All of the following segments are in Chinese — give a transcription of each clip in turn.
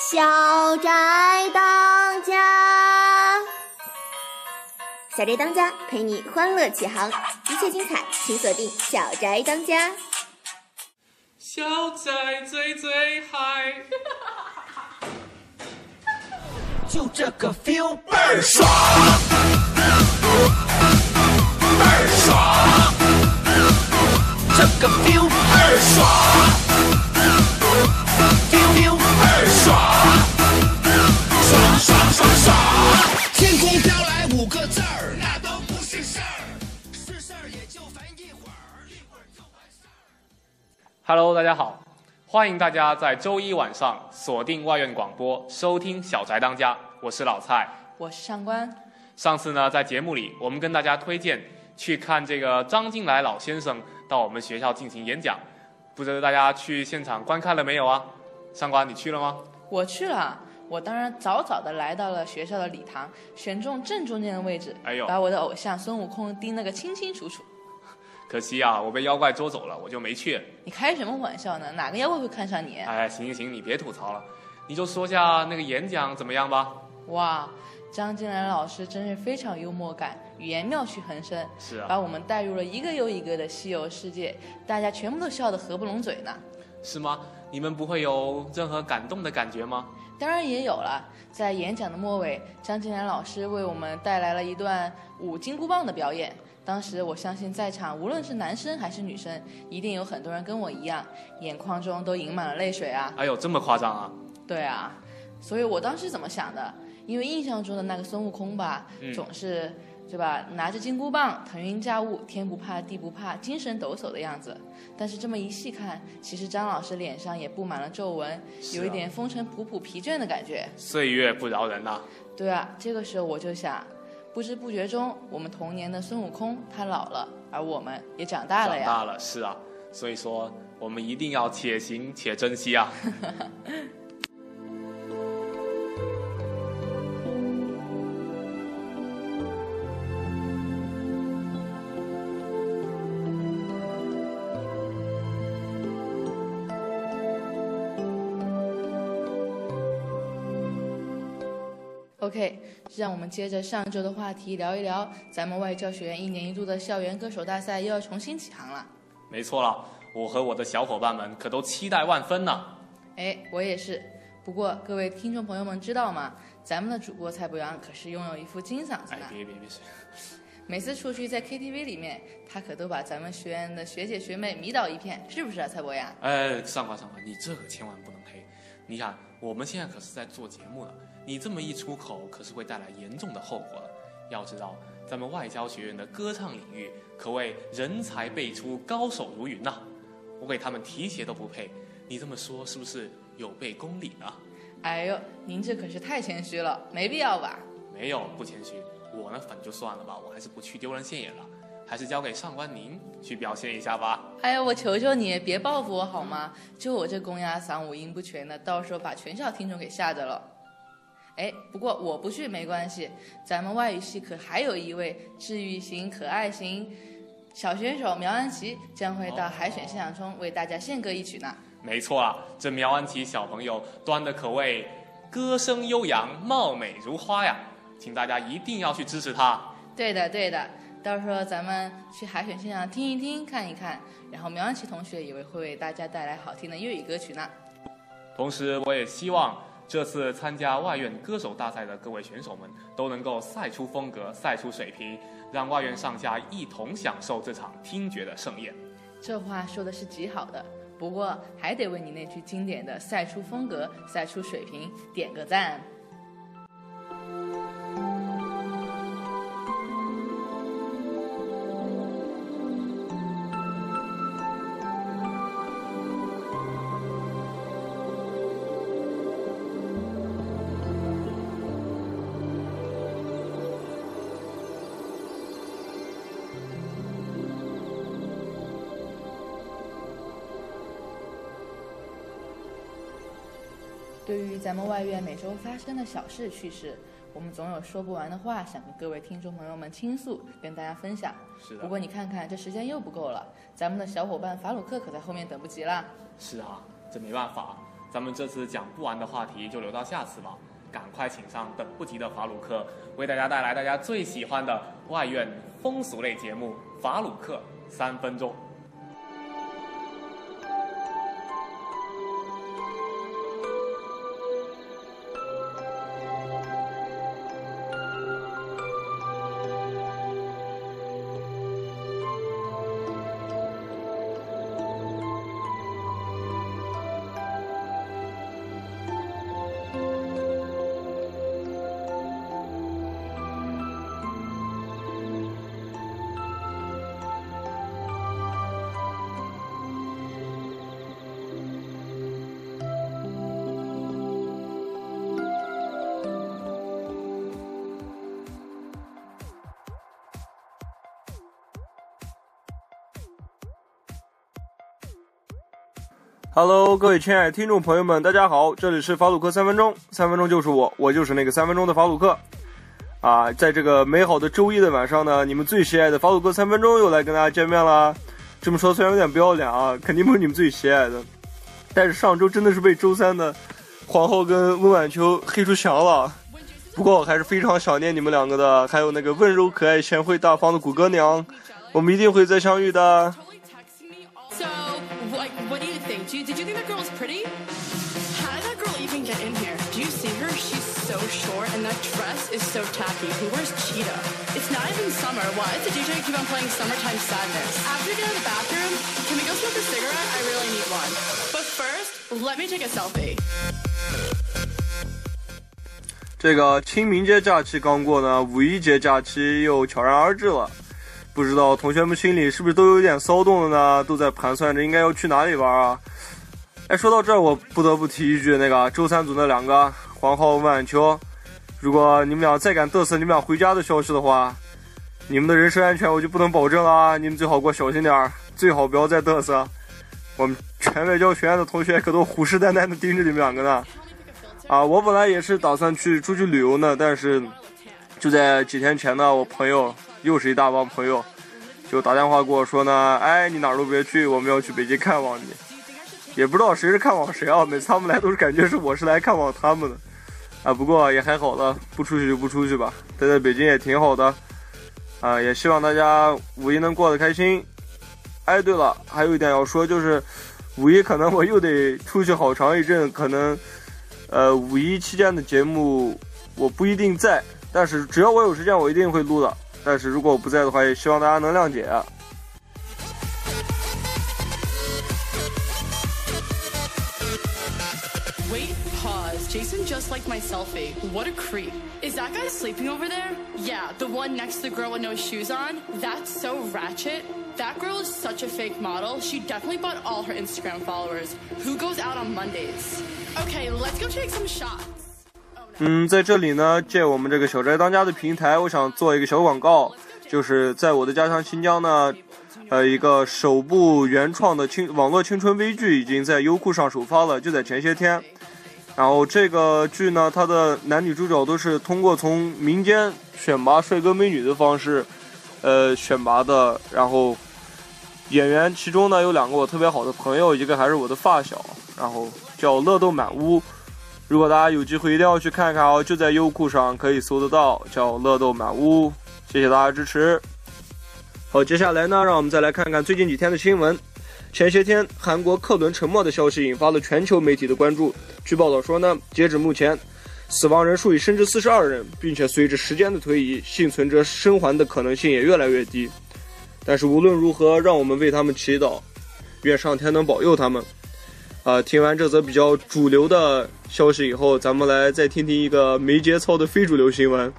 小宅当家，小宅当家陪你欢乐启航，一切精彩请锁定小宅当家。 小宅最最嗨， 就这个 feel 倍儿爽，倍儿爽，这个 feel 倍儿爽。feel 倍儿爽，爽爽爽爽！天空飘来5个字儿，那都不是事儿，是事儿也就烦一会儿，一会儿就完事儿。 Hello， 大家好，欢迎大家在周一晚上锁定外院广播，收听《小宅当家》，我是老蔡， 我是上官。 上次呢，在节目里我们跟大家推荐去看这个张金来老先生到我们学校进行演讲，不知道大家去现场观看了没有啊？上官，你去了吗？ 我去了，我当然早早的来到了学校的礼堂，选中正中间的位置，把我的偶像孙悟空盯了个清清楚楚。 可惜啊，我被妖怪捉走了，我就没去。 你开什么玩笑呢？哪个妖怪会看上你？ 哎，行行，你别吐槽了，你就说下那个演讲怎么样吧。 哇，张金来老师真是非常幽默感，语言妙趣横生， 是啊， 把我们带入了一个又一个的西游世界，大家全部都笑得合不拢嘴呢。 是吗？你们不会有任何感动的感觉吗？ 当然也有了，在演讲的末尾，张金兰老师为我们带来了一段舞金箍棒的表演。当时我相信在场无论是男生还是女生，一定有很多人跟我一样，眼眶中都盈满了泪水啊！ 哎呦，这么夸张啊？ 对啊，所以我当时怎么想的？因为印象中的那个孙悟空吧，总是对吧，拿着金箍棒腾云驾雾，天不怕地不怕，精神抖擞的样子。但是这么一细看，其实张老师脸上也布满了皱纹，有一点风尘仆仆疲倦的感觉。 岁月不饶人呐。 对啊，这个时候我就想，不知不觉中，我们童年的孙悟空他老了，而我们也长大了呀。 长大了，是啊，所以说我们一定要且行且珍惜啊。 OK， 让我们接着上周的话题聊一聊，咱们外教学院1年1度的校园歌手大赛又要重新起航了。 没错了，我和我的小伙伴们可都期待万分呢。 哎，我也是。不过各位听众朋友们知道吗？咱们的主播蔡博阳可是拥有一副金嗓子呢。 哎，别， 每次出去在 KTV 里面，他可都把咱们学院的学姐学妹迷倒一片，是不是啊，蔡博阳？ 哎，上官，你这个千万不能黑。你看，我们现在可是在做节目了。你这么一出口，可是会带来严重的后果的。要知道，咱们外交学院的歌唱领域可谓人才辈出，高手如云呐。我给他们提鞋都不配，你这么说是不是有悖公理呢？ 哎呦，您这可是太谦虚了，没必要吧？ 没有，不谦虚。我呢，粉就算了吧，我还是不去丢人现眼了，还是交给上官您去表现一下吧。 哎呀，我求求你，别报复我好吗？就我这公鸭嗓，五音不全的，到时候把全校听众给吓着了。哎，不过我不去没关系，咱们外语系可还有一位治愈型、可爱型小选手苗安琪将会到海选现场中为大家献歌一曲呢。 没错啊，这苗安琪小朋友端的可谓歌声悠扬，貌美如花呀，请大家一定要去支持她。 对的，到时候咱们去海选现场听一听、看一看，然后苗安琪同学也会为大家带来好听的粤语歌曲呢。 同时，我也希望这次参加外院歌手大赛的各位选手们都能够赛出风格，赛出水平，让外院上下一同享受这场听觉的盛宴。 这话说的是极好的，不过还得为你那句经典的赛出风格，赛出水平点个赞。对于咱们外院每周发生的小事趣事，我们总有说不完的话想跟各位听众朋友们倾诉，跟大家分享。 是的。 不过你看看，这时间又不够了，咱们的小伙伴法鲁克可在后面等不及啦。 是啊，这没办法， 咱们这次讲不完的话题就留到下次吧。赶快请上等不及的法鲁克，为大家带来大家最喜欢的外院风俗类节目《法鲁克3分钟》。 Hello， 各位亲爱的听众朋友们，大家好，这里是法鲁克3分钟，3分钟就是我就是那个3分钟的法鲁克啊！在这个美好的周一的晚上呢，你们最喜爱的法鲁克3分钟又来跟大家见面啦。这么说虽然有点不要脸啊，肯定不是你们最喜爱的，但是上周真的是被周三的皇后跟温婉秋黑出翔了。不过我还是非常想念你们两个的，还有那个温柔可爱贤惠大方的谷歌娘，我们一定会再相遇的。 What do you think? Did you think that girl's pretty? How did that girl even get in here? Do you see her? She's so short and that dress is so tacky. Who wears cheetah? It's not even summer. Why does the DJ keep on playing Summertime Sadness? After you get out of the bathroom, can we go smoke a cigarette? I really need one. But first, let me take a selfie. 这个清明节假期刚过呢，5·1节假期又悄然而至了。不知道同学们心里是不是都有点骚动了呢？都在盘算着应该要去哪里玩啊？哎，说到这儿，我不得不提一句，那个周三组那两个黄浩、温婉秋，如果你们俩再敢嘚瑟你们俩回家的消息的话，你们的人身安全我就不能保证了，你们最好给我小心点，最好不要再嘚瑟。我们全外交学院的同学可都虎视眈眈的盯着你们两个呢。啊，我本来也是打算出去旅游呢，但是就在几天前呢，我朋友又是一大帮朋友就打电话跟我说呢，哎，你哪儿都别去，我们要去北京看望你。也不知道谁是看望谁啊，每次他们来都是感觉是我是来看望他们的啊。不过也还好了，不出去就不出去吧，待在北京也挺好的啊。也希望大家5·1能过得开心。哎，对了，还有一点要说，就是5·1可能我又得出去好长一阵，可能5·1期间的节目我不一定在，但是只要我有时间我一定会录的。但是如果我不在的话，也希望大家能谅解。 Wait, pause. Jason just liked my selfie. What a creep. Is that guy sleeping over there? Yeah, the one next to the girl with no shoes on? That's so ratchet. That girl is such a fake model. She definitely bought all her Instagram followers. Who goes out on Mondays? Okay, let's go take some shots. 在这里呢，借我们这个小宅当家的平台，我想做一个小广告，就是在我的家乡新疆呢，一个首部原创的网络青春微剧已经在优酷上首发了，就在前些天。然后这个剧呢，它的男女主角都是通过从民间选拔帅哥美女的方式，选拔的。然后演员其中呢有2个我特别好的朋友，一个还是我的发小，然后叫乐豆满屋。如果大家有机会一定要去看看哦，就在优酷上可以搜得到，叫乐豆满屋。谢谢大家支持。好，接下来呢，让我们再来看看最近几天的新闻。前些天，韩国克伦沉没的消息引发了全球媒体的关注。据报道说呢，截止目前，死亡人数已升至42人，并且随着时间的推移，幸存者生还的可能性也越来越低。但是无论如何，让我们为他们祈祷，愿上天能保佑他们。听完这则比较主流的消息以后，咱们来再听听一个没节操的非主流新闻。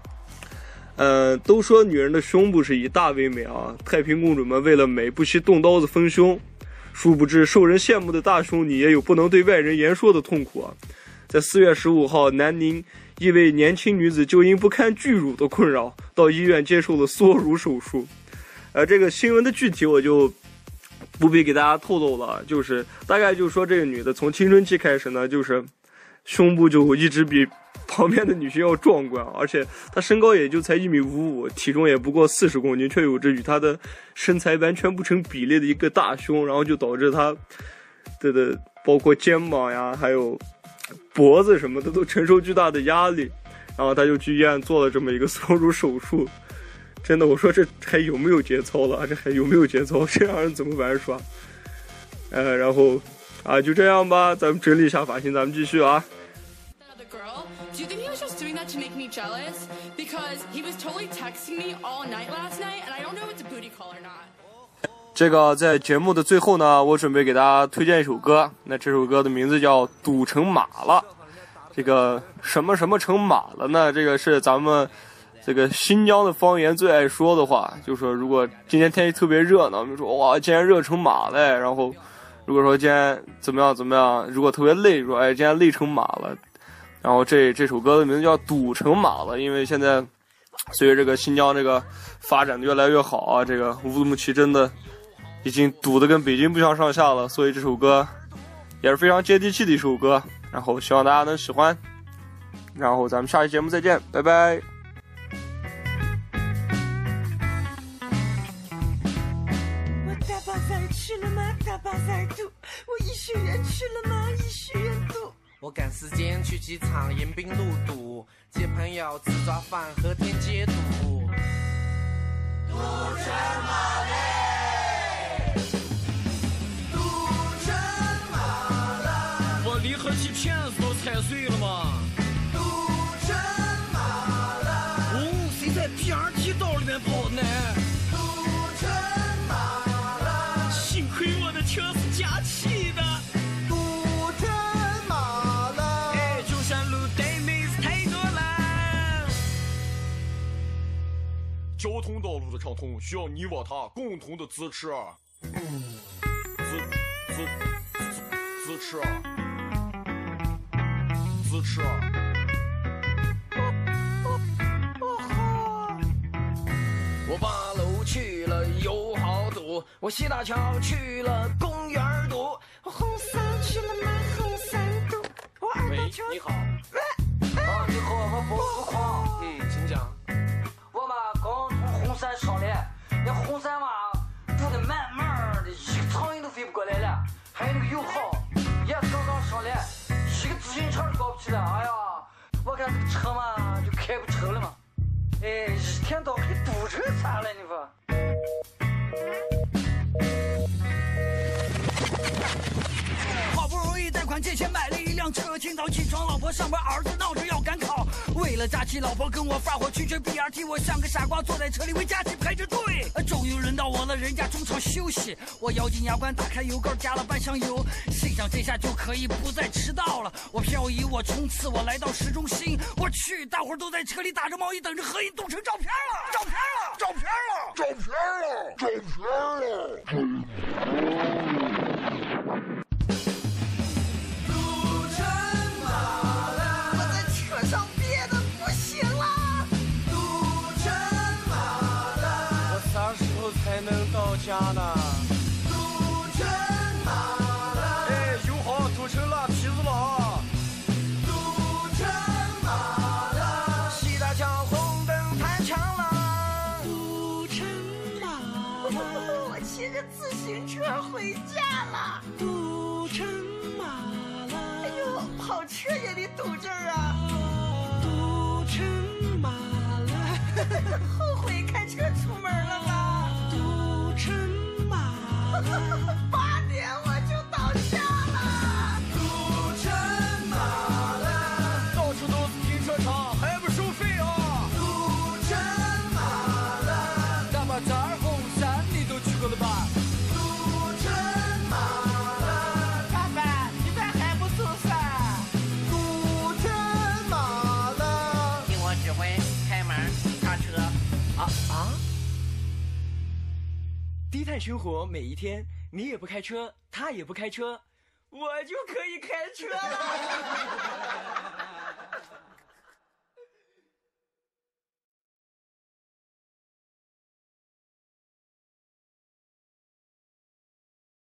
都说女人的胸部是以大为美啊，太平公主们为了美不惜动刀子丰胸，殊不知受人羡慕的大胸你也有不能对外人言说的痛苦啊。在4月15号，南宁一位年轻女子就因不堪巨乳的困扰，到医院接受了缩乳手术。这个新闻的具体我就不必给大家透露了，就是大概就是说这个女的从青春期开始呢，就是胸部就一直比旁边的女性要壮观，而且她身高也就才1.55米，体重也不过40公斤，却有着与她的身材完全不成比例的一个大胸，然后就导致她的包括肩膀呀，还有脖子什么的都承受巨大的压力，然后他就去医院做了这么一个松乳手术。真的，我说这还有没有节操了？这还有没有节操？这样人怎么玩耍？然后就这样吧，咱们整理一下发型，咱们继续啊。 Do you think he was just doing that to make me jealous? Because he was totally texting me all night last night, and I don't know if it's a booty call or not. 这个在节目的最后呢，我准备给大家推荐一首歌。那这首歌的名字叫《赌成马了》。这个什么什么成马了呢？这个是咱们这个新疆的方言最爱说的话，就说如果今天天气特别热呢，我们说哇，今天热成马了。然后如果说今天怎么样，如果特别累，说今天累成马了。然后这首歌的名字叫《赌成马了》，因为现在随着这个新疆这个发展的越来越好啊，这个乌鲁木齐真的已经赌得跟北京不相上下了，所以这首歌也是非常接地气的一首歌。然后希望大家能喜欢，然后咱们下期节目再见，拜拜。 我大包饭吃了吗？大包饭肚。我医学院吃了吗？医学院肚。 我赶时间去机场迎宾入堵，接朋友吃早饭和天街堵。 赌成马嘞，赌成马了。 我离合器片子都踩碎了吗？ 赌成马了。 哦，谁在 BRT 道里面跑呢？ 赌成马了。 幸亏我的车是加气的。 交通道路的畅通需要你我他共同的支持，支持。 我8楼去了有好堵，我西大桥去了公园堵， 我红山去了吗？红山堵。我二大桥。 你好。你好，我不慌。请讲。我嘛刚从红山上来，那红山嘛堵得慢慢的，一个苍蝇都飞不过来了。还有那个油耗也刚刚上来，一个自行车都搞不起来。哎呀，我看这个车嘛就开不成了嘛。一天到晚给堵成啥了你说？ 好不容易贷款借钱买了一辆车，清早起床，老婆上班，儿子闹着要赶考。为了假期，老婆跟我发火去追 BRT， 我像个傻瓜坐在车里为假期排着队。终于轮到我了，人家中场休息，我咬紧牙关打开油盖加了半箱油，心想这下就可以不再迟到了。我漂移，我冲刺，我来到市中心，我去，大伙儿都在车里打着毛衣等着合影，冻成照片了，照片了，照片了，照片了，照片了。 才能到家呢。 赌成马了。 油好赌成辣皮子了。 赌成马了。 西大桥红灯太强了。 赌成马了。我骑着自行车回家了。赌成马了。哎呦，跑车也得堵这儿啊。赌成马了。后悔开车出门了吧？成马了，8点我就到家了。 赌成马了， 到处都是停车场，还不收费啊！ 赌成马了， 那么这儿红山你都去过了吧？ 赌成马了， 爸爸，你咋还不走噻？ 赌成马了， 听我指挥，开门，刹车。 低碳生活每一天，你也不开车，他也不开车，我就可以开车了。